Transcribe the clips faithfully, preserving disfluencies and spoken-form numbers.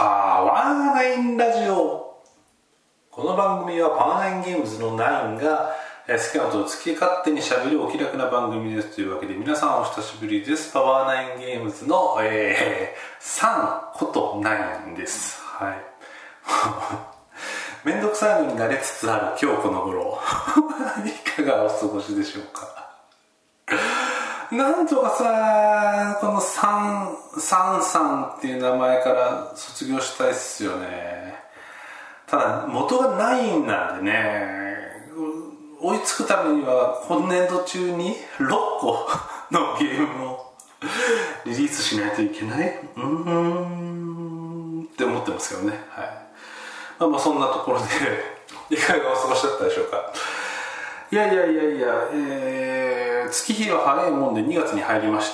パワーナインラジオ。この番組はパワーナインゲームズのナインが好きなことを好き勝手にしゃべるお気楽な番組ですというわけで、皆さんお久しぶりです。パワーナインゲームズの、えー、さんことナインです。はいめんどくさいのに慣れつつある今日この頃いかがお過ごしでしょうか。なんとかさ、このサンサンさんっていう名前から卒業したいっすよね。ただ元がナインなんでね、追いつくためには今年度中にろっこのゲームをリリースしないといけない、うーんって思ってますけどね。はい。まあ、まあそんなところでいかがお過ごしだったでしょうか。いやいやいやいや、えー、月日は早いもんでにがつに入りまして、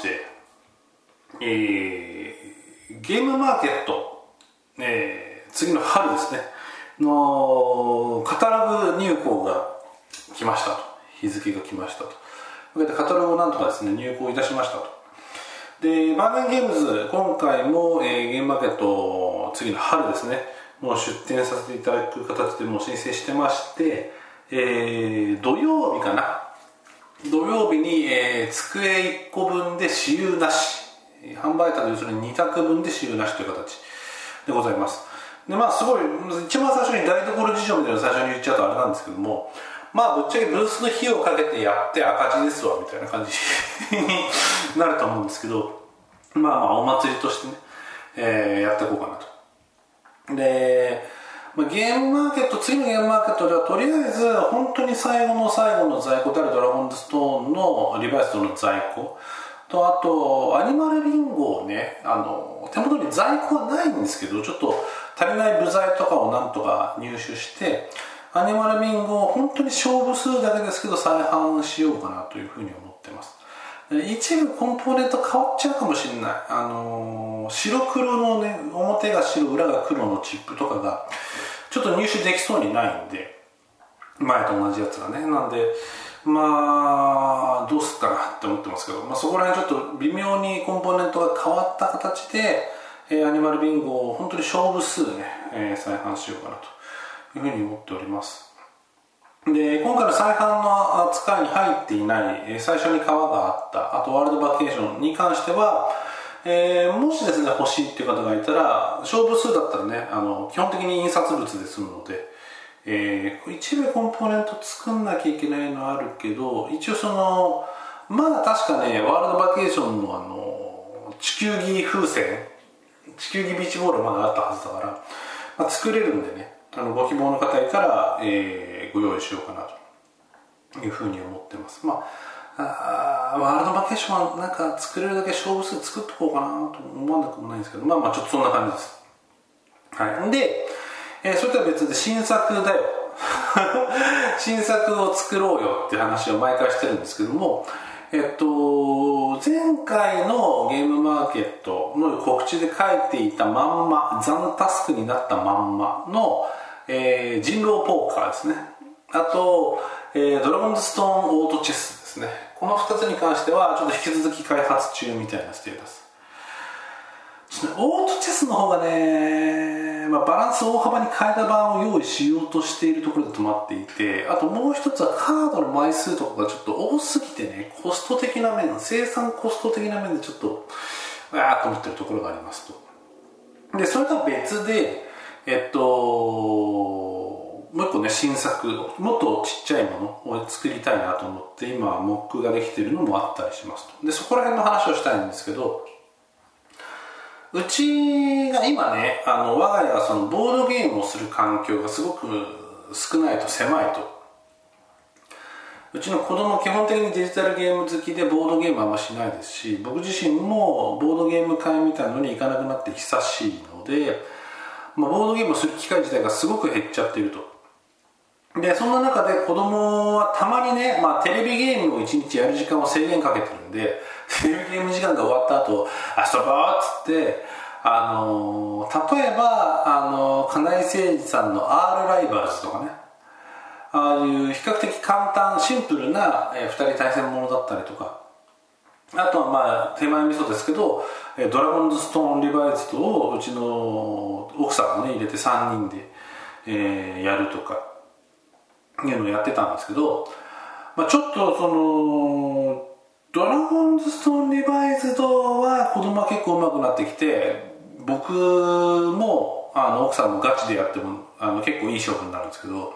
えー、ゲームマーケット、えー、次の春ですねのカタログ入稿が来ましたと、日付が来ましたと。カタログをなんとかですね入稿いたしましたと。で、バーゲンゲームズ今回も、えー、ゲームマーケット次の春ですねもう出展させていただく形でもう申請してまして、えー、土曜日かな土曜日に、えー、机いっこぶんで私有なし、販売単要するにに択分で私有なしという形でございます。でまあすごい一番最初に台所事情みたいなの最初に言っちゃうとあれなんですけども、まあぶっちゃけブースの費用をかけてやって赤字ですわみたいな感じになると思うんですけど、まあまあお祭りとしてね、えー、やっていこうかなと。でゲームマーケット次のゲームマーケットではとりあえず本当に最後の最後の在庫であるドラゴンズストーンのリバイストの在庫と、あとアニマルビンゴをね、あの手元に在庫はないんですけどちょっと足りない部材とかをなんとか入手してアニマルビンゴを本当に勝負数だけですけど再販しようかなというふうに思ってます。一部コンポーネント変わっちゃうかもしれない。あのー、白黒のね、表が白裏が黒のチップとかがちょっと入手できそうにないんで、前と同じやつがね、なんでまあどうすっかなって思ってますけど、まあ、そこら辺ちょっと微妙にコンポーネントが変わった形で、えー、アニマルビンゴを本当に勝負数ね、えー、再販しようかなというふうに思っております。で今回の再販の扱いに入っていない最初に川があったあとワールドバケーションに関しては、えー、もしですね欲しいっていう方がいたら勝負数だったらねあの基本的に印刷物で済むので、えー、一部コンポーネント作んなきゃいけないのあるけど一応そのまだ確かねワールドバケーションのあの地球儀風船地球儀ビーチボールまだあったはずだから、まあ、作れるんでねあのご希望の方いたら、えー、ご用意しようかなというふうに思ってます。まあ、あワールドバケーションはなんか作れるだけ勝負数作っとこうかなと思わなくもないんですけど、まあまあちょっとそんな感じです。はい。で、えー、それとは別で新作だよ新作を作ろうよっていう話を毎回してるんですけども、えっと前回のゲームマーケットの告知で書いていたまんまザンタスクになったまんまの、えー、人狼ポーカーですね、あと、えー、ドラゴンズストーンオートチェスですね、このふたつに関してはちょっと引き続き開発中みたいなステータス。オートチェスの方がね、まあ、バランスを大幅に変えた版を用意しようとしているところで止まっていて、あともう一つはカードの枚数とかがちょっと多すぎてねコスト的な面生産コスト的な面でちょっとわーっと思ってるところがありますと。でそれとは別でえっともう一個ね新作もっとちっちゃいものを作りたいなと思って今モックができているのもあったりしますと。でそこら辺の話をしたいんですけど、うちが今ねあの我が家がそのボードゲームをする環境がすごく少ないと狭いと。うちの子供基本的にデジタルゲーム好きでボードゲームはあんましないですし、僕自身もボードゲーム会みたいなのに行かなくなって久しいので、まあ、ボードゲームをする機会自体がすごく減っちゃっていると。でそんな中で子供はたまにね、まあ、テレビゲームをいちにちやる時間を制限かけてるんでテレビゲーム時間が終わった後遊ぼうっつってあの例えばあの金井誠司さんの アール ライバーズとかね、ああいう比較的簡単シンプルな、えー、ふたり対戦ものだったりとかあとはまあ手前味噌ですけど、ドラゴンズストーンリバイズドをうちの奥さんをね入れてさんにんで、えー、やるとかいうのをやってたんですけど、まあ、ちょっとそのドラゴンズストーンリバイズドは子供は結構上手くなってきて、僕もあの奥さんもガチでやってもあの結構いい勝負になるんですけど、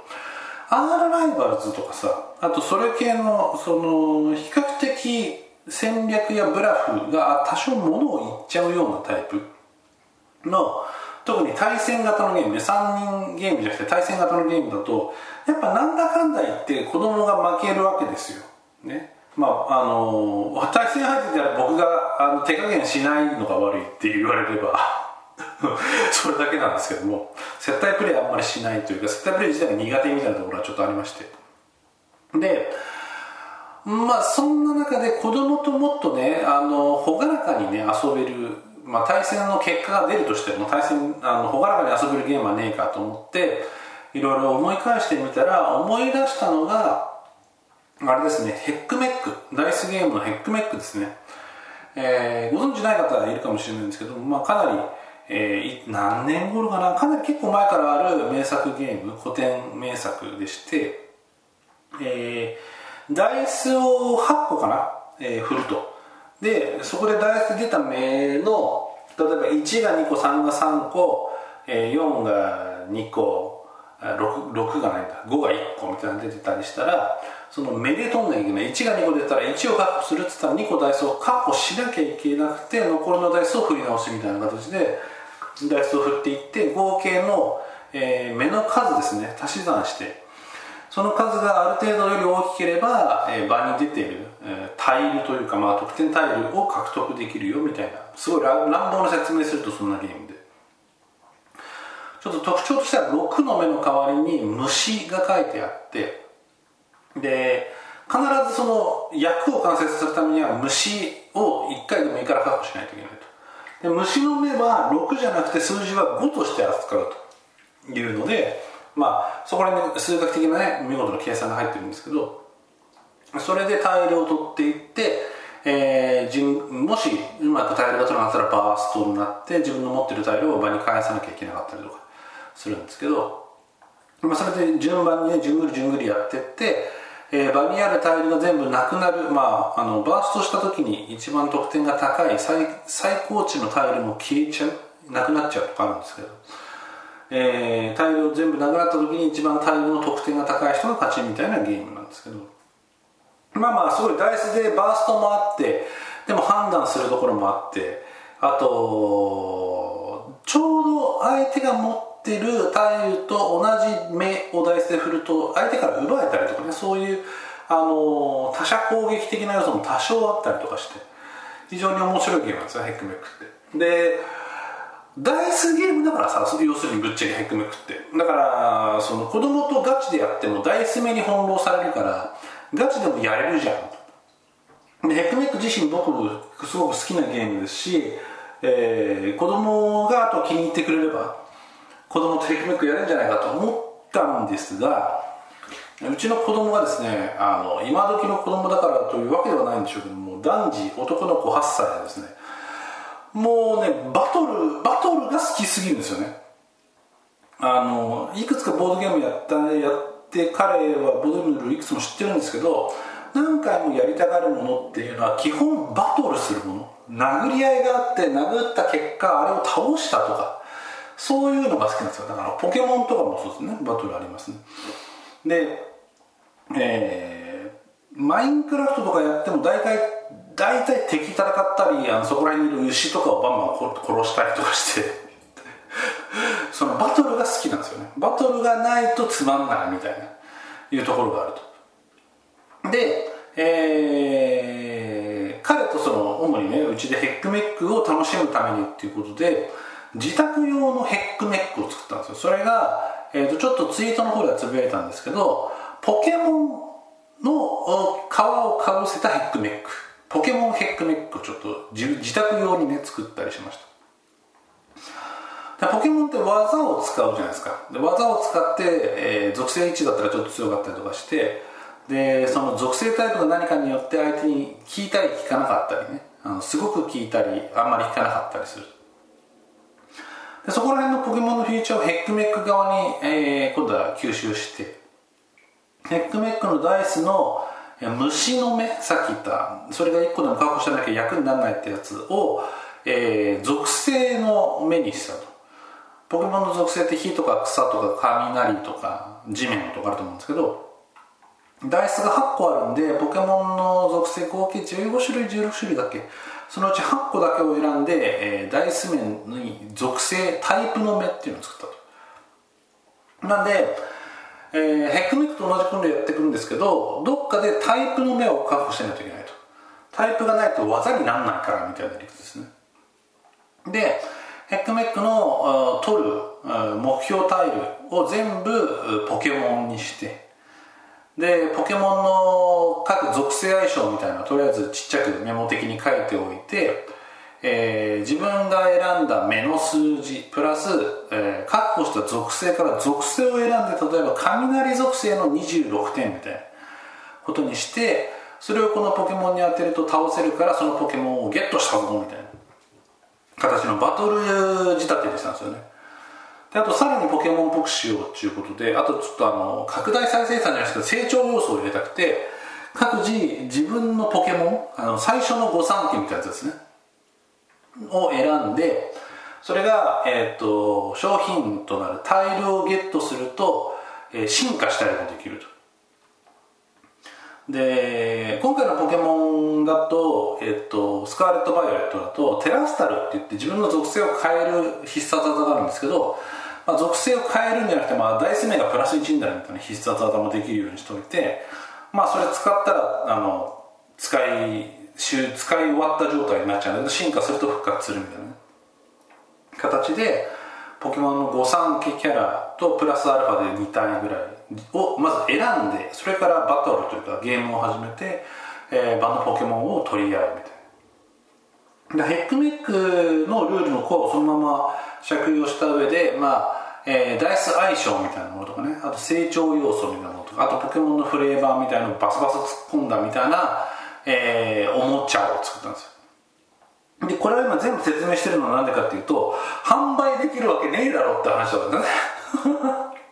R ライバルズとかさ、あとそれ系のその比較的戦略やブラフが多少ものを言っちゃうようなタイプの、特に対戦型のゲームでさんにんゲームじゃなくて対戦型のゲームだとやっぱなんだかんだ言って子供が負けるわけですよね。まああの対戦相手である僕があの手加減しないのが悪いって言われればそれだけなんですけども、接待プレーあんまりしないというか接待プレー自体が苦手みたいなところはちょっとありまして、でまあそんな中で子供ともっとねあの朗らかにね遊べる、まあ、対戦の結果が出るとしても対戦あの朗らかに遊べるゲームはねえかと思っていろいろ思い返してみたら、思い出したのがあれですね、ヘックメック、ダイスゲームのヘックメックですね。えー、ご存知ない方はいるかもしれないんですけど、まあ、かなり、えー、何年頃かな、かなり結構前からある名作ゲーム、古典名作でして、えー、ダイスをはっこかな、えー、振ると。で、そこでダイス出た目の、例えばいちがにこ、さんがさんこ、えー、よんがにこ、6, 6がないんだ、ごがいっこみたいなの出てたりしたら、その目で取んなきゃいけない。いちがにこ出たらいちを確保するって言ったらにこダイスを確保しなきゃいけなくて、残りのダイスを振り直すみたいな形でダイスを振っていって、合計の、えー、目の数ですね、足し算して、その数がある程度より大きければ、えー、場に出ている、えー、タイルというか、まあ、得点タイルを獲得できるよみたいな、すごい乱暴な説明するとそんなゲームで、ちょっと特徴としてはろくの目の代わりに虫が書いてあって、で必ずその役を完成するためには虫をいっかいでもいいから確保しないといけないと。で虫の目はろくじゃなくて数字はごとして扱うというので、まあそこに、ね、数学的なね見事な計算が入ってるんですけど、それでタイルを取っていって、えー、もしうまくタイルが取れなかったらバーストになって自分の持ってるタイルを場に返さなきゃいけなかったりとかするんですけど、まあ、それで順番にねじゅんぐりじゅんぐりやってって、えー、場にあるタイルが全部なくなる、まあ、あのバーストした時に一番得点が高い 最, 最高値のタイルも消えちゃう、なくなっちゃうとかあるんですけど、えー、タイルを全部なくなった時に一番タイルの得点が高い人が勝ちみたいなゲームなんですけど、まあまあすごいダイスでバーストもあって、でも判断するところもあって、あとちょうど相手が持ってってるタイルと同じ目をダイスで振ると相手から奪えたりとかね、そういうあの他者攻撃的な要素も多少あったりとかして非常に面白いゲームなんですよ、ヘックメックって。でダイスゲームだからさ、要するにぶっちゃけヘックメックってだからその子供とガチでやってもダイス目に翻弄されるからガチでもやれるじゃん。でヘックメック自身僕すごく好きなゲームですし、えー、子供があと気に入ってくれれば子供とヘックメックやれるんじゃないかと思ったんですが、うちの子供がですね、あの今時の子供だからというわけではないんでしょうけども、男児男の子はっさいでですね、もうねバトルバトルが好きすぎるんですよね。あのいくつかボードゲームやったやって彼はボードゲームのルールいくつも知ってるんですけど、何回もやりたがるものっていうのは基本バトルするもの、殴り合いがあって殴った結果あれを倒したとか、そういうのが好きなんですよ。だからポケモンとかもそうですね、バトルありますね。で、えー、マインクラフトとかやっても大体大体敵戦ったり、あのそこら辺にいる牛とかをバンバン殺したりとかしてそのバトルが好きなんですよね。バトルがないとつまんないみたいないうところがあると。で、えー、彼とその主にねうちでヘックメックを楽しむためにっていうことで自宅用のヘックメックを作ったんですよ。それが、えー、とちょっとツイートの方ではつぶやいたんですけど、ポケモンの皮をかぶせたヘックメック、ポケモンヘックメックをちょっと 自, 自宅用にね作ったりしました。でポケモンって技を使うじゃないですか。で技を使って、えー、属性いちだったらちょっと強かったりとかして、 でその属性タイプが何かによって相手に効いたり効かなかったりね、あのすごく効いたりあんまり効かなかったりする。でそこら辺のポケモンのフィーチャーをヘックメック側に、えー、今度は吸収して、ヘックメックのダイスの虫の目、さっき言ったそれがいっこでも確保してなきゃ役にならないってやつを、えー、属性の目にしたと。ポケモンの属性って火とか草とか雷とか地面とかあると思うんですけど、ダイスがはっこあるんでポケモンの属性合計じゅうごしゅるいじゅうろくしゅるいだっけ、そのうちはっこだけを選んで、えー、ダイス面に属性タイプの目っていうのを作ったと。なんで、えー、ヘックメックと同じ訓練やっていくんですけど、どっかでタイプの目を確保しないといけないと。タイプがないと技にならないからみたいな理屈ですね。でヘックメックの取る目標タイルを全部ポケモンにして、でポケモンの各属性相性みたいなのをとりあえずちっちゃくメモ的に書いておいて、えー、自分が選んだ目の数字プラス、えー、確保した属性から属性を選んで、例えば雷属性のにじゅうろくてんみたいなことにして、それをこのポケモンに当てると倒せるからそのポケモンをゲットしたぞみたいな形のバトル仕立てにしたんですよね。であとさらにポケモンっぽくしようっていうことで、あとちょっとあの拡大再生産じゃないですけど成長要素を入れたくて、各自自分のポケモン、あの最初の御三家みたいなやつですねを選んで、それが、えー、と商品となるタイルをゲットすると、えー、進化したりもできると。で今回のポケモンだと、えー、とスカーレット・バイオレットだとテラスタルって言って自分の属性を変える必殺技があるんですけど、まあ、属性を変えるんじゃなくて、まあ、ダイス目がプラスいちになるみたいな必殺技もできるようにしておいて、まあそれ使ったらあの使い使い終わった状態になっちゃうんだけど、進化すると復活するみたいな形でポケモンの御三家キャラとプラスアルファでにたいぐらいをまず選んで、それからバトルというかゲームを始めて、えー、場のポケモンを取り合うみたいな。でヘックメックのルールのコアをそのまま借用した上で、まあえー、ダイス相性みたいなものとかね、あと成長要素みたいなものとか、あとポケモンのフレーバーみたいなのをバサバサ突っ込んだみたいな、えー、おもちゃを作ったんですよ。でこれは今全部説明してるのは何でかっていうと、販売できるわけねえだろって話だったんですね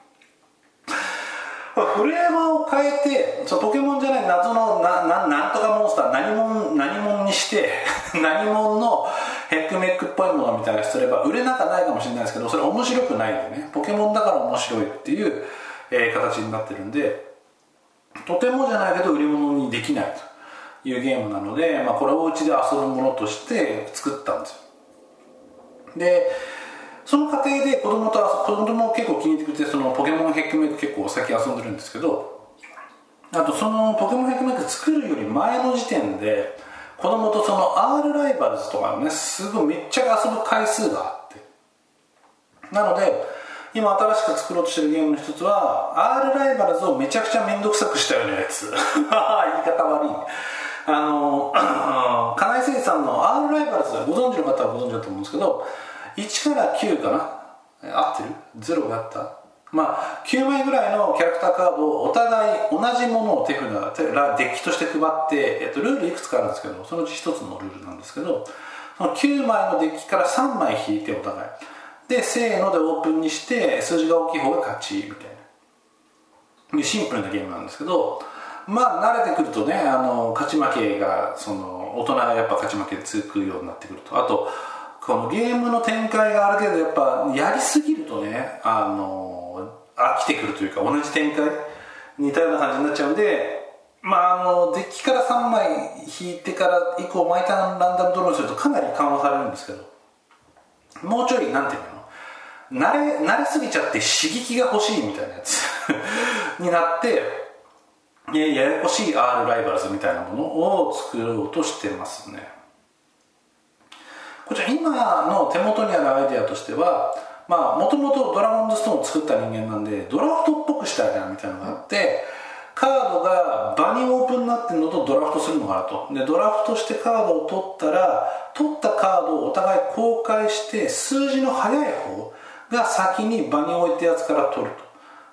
フレーバーを変えて、そのポケモンじゃない謎の な, な, なんとかモンスター何モン何モンにして何モンのヘックメックっぽいものみたいなすれば売れなかないかもしれないですけど、それ面白くないんでね、ポケモンだから面白いっていう、えー、形になってるんで、とてもじゃないけど売り物にできないというゲームなので、まあ、これをお家で遊ぶものとして作ったんですよ。でその過程で子供と子供も結構気に入ってくれて、そのポケモンヘックメック結構最近遊んでるんですけど、あとそのポケモンヘックメック作るより前の時点で子供とその R ライバルズとかね、すごいめっちゃ遊ぶ回数があって、なので今新しく作ろうとしてるゲームの一つは R ライバルズをめちゃくちゃ面倒くさくしたようなやつ言い方悪い、あの金井誠司さんの R ライバルズご存知の方はご存知だと思うんですけど、いちからきゅうかな、合ってる？ゼロがあった、まあきゅうまいぐらいのキャラクターカードをお互い同じものを手札デッキとして配って、えっと、ルールいくつかあるんですけど、そのうちひとつのルールなんですけど、そのきゅうまいのデッキからさんまい引いてお互いでせーのでオープンにして数字が大きい方が勝ちみたいなシンプルなゲームなんですけど、まあ慣れてくるとね、あの勝ち負けがその大人がやっぱ勝ち負けつくようになってくると、あとこのゲームの展開がある程度やっぱやりすぎるとね、あの飽きてくるというか同じ展開似たような感じになっちゃうんで、まああのデッキからさんまい引いてから以降毎ターンランダムドローにするとかなり緩和されるんですけど、もうちょいなんていうの、慣れ慣れすぎちゃって刺激が欲しいみたいなやつになってややこしい R ライバルズみたいなものを作ろうとしてますね。こちら今の手元にあるアイデアとしては、まあもともとドラゴンズストーンを作った人間なんでドラフトっぽくしたいなみたいなのがあって、カードが場にオープンになってるのとドラフトするのかなと。でドラフトしてカードを取ったら、取ったカードをお互い公開して数字の速い方が先に場に置いたやつから取ると。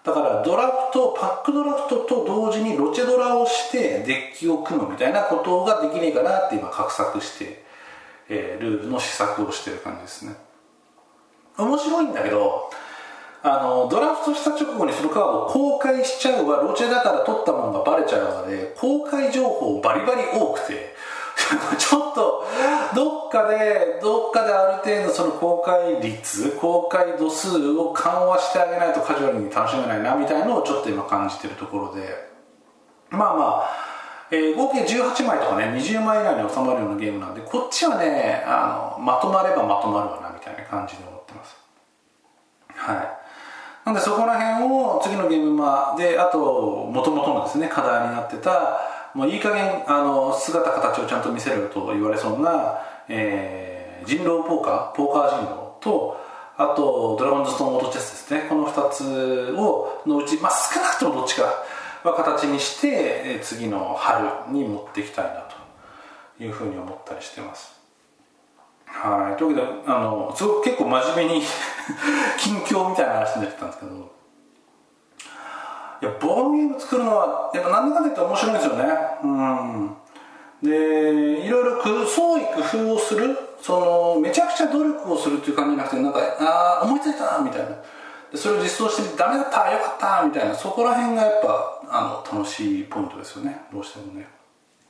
だからドラフトパックドラフトと同時にロチェドラをしてデッキを組むみたいなことができねえかなって今画策して、えー、ルールの試作をしてる感じですね。面白いんだけど、あのドラフトした直後にそのカードを公開しちゃうわ、ロチェだから取ったものがバレちゃうわで公開情報バリバリ多くてちょっとどっかでどっかである程度その公開率公開度数を緩和してあげないとカジュアルに楽しめないなみたいなのをちょっと今感じてるところで、まあまあ、えー、合計じゅうはちまいとかねにじゅうまい以内に収まるようなゲームなんで、こっちはねあのまとまればまとまるわなみたいな感じで思ってます。はい。なんでそこら辺を次のゲームマで、あと元々のですね課題になってたもういい加減あの姿形をちゃんと見せると言われそうな、えー、人狼ポーカーポーカー人狼と、あとドラゴンズストーンオートチェスですね、このふたつをのうち、まあ、少なくともどっちかは形にして、えー、次の春に持っていきたいなというふうに思ったりしてます。はい、というわけであのすごく結構真面目に近況みたいな話になってたんですけど、いやボードゲーム作るのはやっぱなんだかんだ言って面白いんですよね。うんでいろいろ創意工夫をする、そのめちゃくちゃ努力をするっていう感じじゃなくて、なんかあ思いついたみたいな、でそれを実装してみてダメだったよかったみたいな、そこら辺がやっぱあの楽しいポイントですよね、どうしてもね。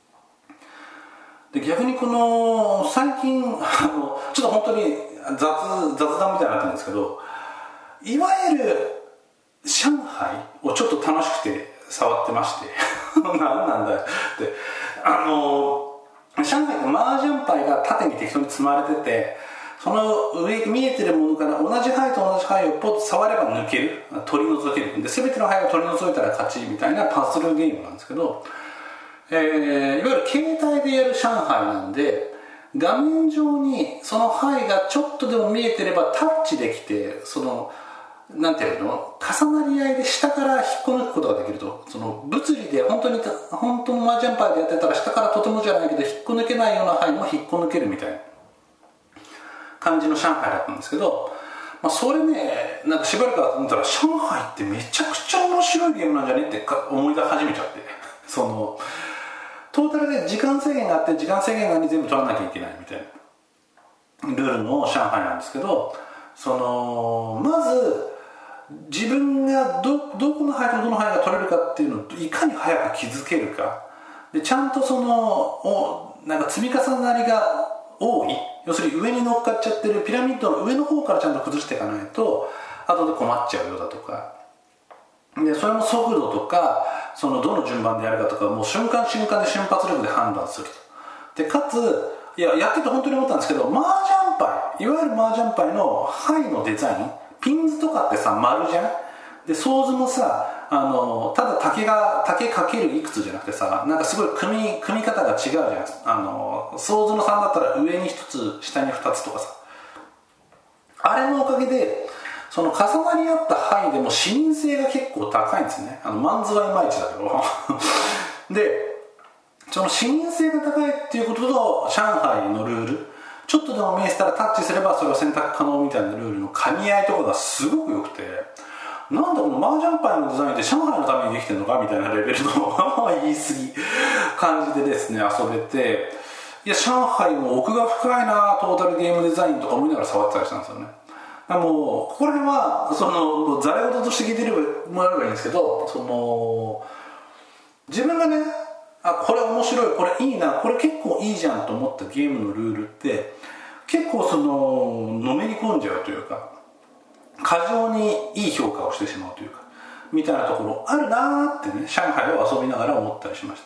で逆にこの最近あのちょっと本当に雑雑談みたいになってるんですけど、いわゆる上海をちょっと楽しくて触ってまして何なんだよってあの上海の麻雀牌が縦に適当に積まれてて、その上見えてるものから同じ牌と同じ牌をポッと触れば抜ける、取り除けるんで、全ての牌を取り除いたら勝ちみたいなパズルゲームなんですけど、えー、いわゆる携帯でやる上海なんで、画面上にその牌がちょっとでも見えてればタッチできて、そのなんていうの重なり合いで下から引っこ抜くことができると、その物理で本当に本当の麻雀牌でやってたら下からとてもじゃないけど引っこ抜けないような牌も引っこ抜けるみたいな感じの上海だったんですけど、まあ、それねなんかしばらく後見たら上海ってめちゃくちゃ面白いゲームなんじゃねって思い出始めちゃってそのトータルで時間制限があって、時間制限に全部取らなきゃいけないみたいなルールの上海なんですけど、そのまず自分が ど, どこの牌とどの牌が取れるかっていうのをいかに早く気づけるかで、ちゃんとそのおなんか積み重なりが多い、要するに上に乗っかっちゃってるピラミッドの上の方からちゃんと崩していかないと後で困っちゃうようだとかで、それも速度とかそのどの順番でやるかとかもう瞬間瞬間で瞬発力で判断すると。でかついややってて本当に思ったんですけど、麻雀牌いわゆる麻雀牌の牌のデザイン、ピンズとかってさ丸じゃん。でソーズもさあのただ竹が竹かけるいくつじゃなくてさ、なんかすごい組み組み方が違うじゃん。あのソーズのさんだったら上にひとつ下にふたつとかさ、あれのおかげでその重なり合った範囲でも視認性が結構高いんですね。あのマンズはいまいちだけどでその視認性が高いっていうことと上海のルール、ちょっとでも見えてたらタッチすればそれを選択可能みたいなルールの噛み合いとかがすごく良くて、なんだこの麻雀牌のデザインって上海のためにできてるのかみたいなレベルの言い過ぎ感じでですね遊べて、いや上海も奥が深いなトータルゲームデザインとか思いながら触ってたりしたんですよね。もうここら辺はそのざれ言として聞いてればもらえばいいんですけど、その自分がねあこれ面白いこれいいなこれ結構いいじゃんと思ったゲームのルールって結構そののめり込んじゃうというか過剰にいい評価をしてしまうというかみたいなところあるなーってね、上海を遊びながら思ったりしました。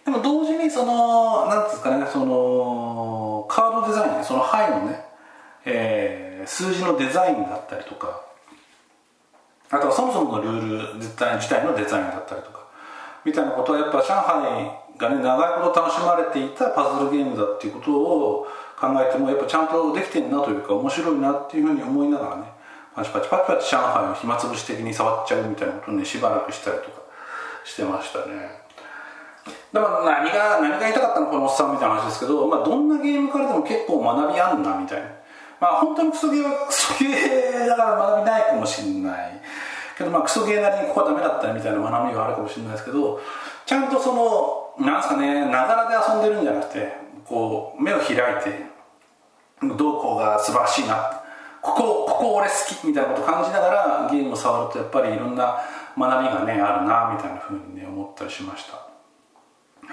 でも同時にそのなんですかね、そのカードデザイン、その牌のね、えー、数字のデザインだったりとか、あとはそもそものルール自体のデザインだったりとかみたいなことはやっぱ上海がね長いこと楽しまれていたパズルゲームだっていうことを考えてもやっぱちゃんとできてるなというか面白いなっていうふうに思いながらね、パチパチパチパチ上海を暇つぶし的に触っちゃうみたいなことをねしばらくしたりとかしてましたね。だから何が何が言いたかったのこのおっさんみたいな話ですけど、まあ、どんなゲームからでも結構学びあんなみたいな、まあ本当にクソゲーはクソゲーだから学びないかもしれないけどまあクソゲーなりにここはダメだったみたいな学びがあるかもしれないですけど、ちゃんとそのなんですかね、ながらで遊んでるんじゃなくて、こう目を開いてどこが素晴らしいな、ここここ俺好きみたいなことを感じながらゲームを触るとやっぱりいろんな学びがねあるなみたいな風にね思ったりしました。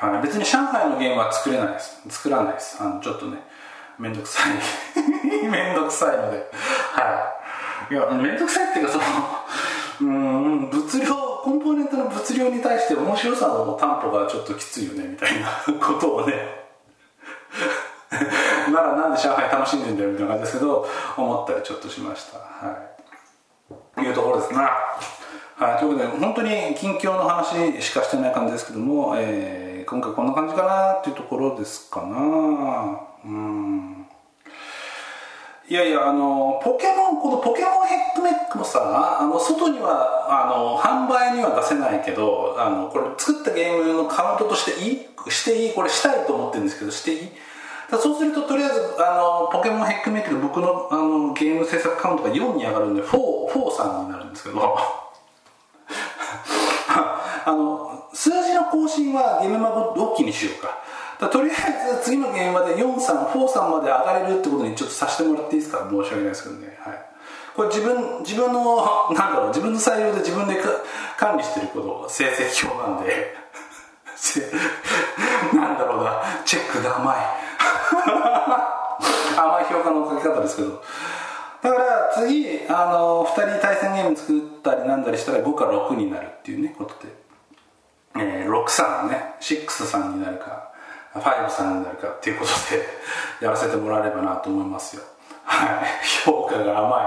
はい、別に上海のゲームは作れないです、作らないです。あのちょっとねめんどくさいめんどくさいので、はい、いやめんどくさいっていうかそのうーん物量コンポーネントの物量に対して面白さの担保がちょっときついよねみたいなことをねならなんで上海楽しんでんだよみたいな感じですけど思ったりちょっとしました。はい、いうところですね。はい、ということで本当に近況の話しかしてない感じですけども、えー、今回こんな感じかなっていうところですかな。うんいやいやあのポケモンこのポケモンヘッドメックもさ、あの外にはあの販売には出せないけど、あのこれ作ったゲームのカウントとしていいしていいこれしたいと思ってるんですけどしていいだそうするととりあえずあのポケモンヘッドメックで僕のあのゲーム制作カウントがよんに上がるんでよん、よんさんになるんですけどあの数字の更新はゲームマゴッキーにしようか。だとりあえず次のゲームまでよんさん、よんさんまで上がれるってことにちょっとさせてもらっていいですか。申し訳ないですけどね、はい、これ自分自分のなんだろう自分の採用で自分で管理してること成績表なんでなんだろうなチェックが甘い甘い評価の書き方ですけど、だから次あのふたり対戦ゲーム作ったりなんだりしたらごかろくになるっていうねことで、えー、ろくさんねろくさんになるかごさんになるかっていうことでやらせてもらえればなと思いますよ。はい評価が甘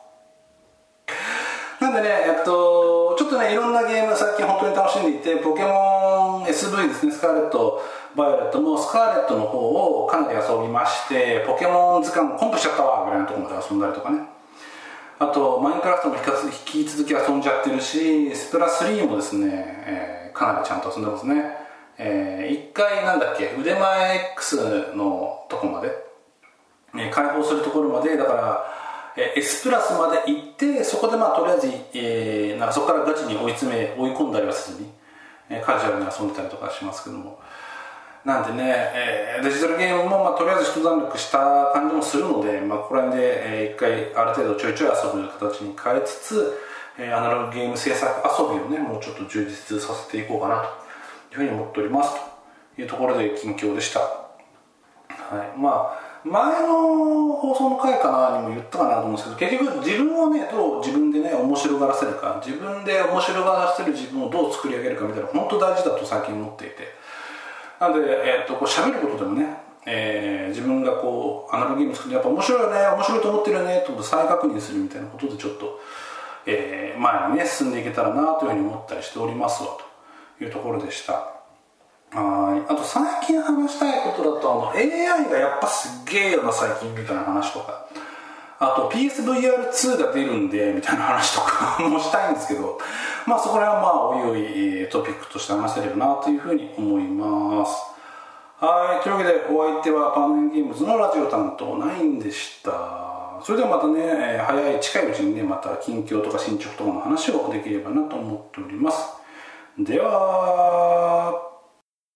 いなんでねえっとちょっとねいろんなゲーム最近本当に楽しんでいて、ポケモン エスブイ ですね、スカーレットバイオレットもスカーレットの方をかなり遊びまして、ポケモン図鑑コンプしちゃったわぐらいのところまで遊んだりとかね、あとマインクラフトも引き続き遊んじゃってるし、スプラスリーもですね、えー、かなりちゃんと遊んでますね。えー、いっかいなんだっけ腕前 X のとこまで、えー、開放するところまでだから、えー、S プラスまで行って、そこでまあとりあえず、えー、なんかそこからガチに追い詰め追い込んだりはせずに、えー、カジュアルに遊んでたりとかしますけども、なんでね、えー、デジタルゲームも、まあ、とりあえず一段落した感じもするので、まあ、ここら辺で、えー、一回ある程度ちょいちょい遊ぶ形に変えつつ、えー、アナログゲーム制作遊びをねもうちょっと充実させていこうかなというふうに思っておりますというところで近況でした。はい、まあ前の放送の回かなにも言ったかなと思うんですけど、結局自分をねどう自分でね面白がらせるか、自分で面白がらせる自分をどう作り上げるかみたいな本当大事だと最近思っていて、なので、えー、とこう喋ることでもね、えー、自分がこうアナログゲーム作ってやっぱ面白いよね面白いと思ってるよねと再確認するみたいなことでちょっと、えー、前にね進んでいけたらなというふうに思ったりしておりますわというところでした。はい、あと最近話したいことだと、あの エーアイ がやっぱすっげえよな最近みたいな話とか、あと ピーエスブイアールツー が出るんでみたいな話とかもしたいんですけど、まあそこら辺はまあおいおいトピックとして話せればなというふうに思います。はい、というわけでお相手はパンネンゲームズのラジオ担当ナインでした。それではまたね、えー、早い近いうちにねまた近況とか進捗とかの話をできればなと思っております。では。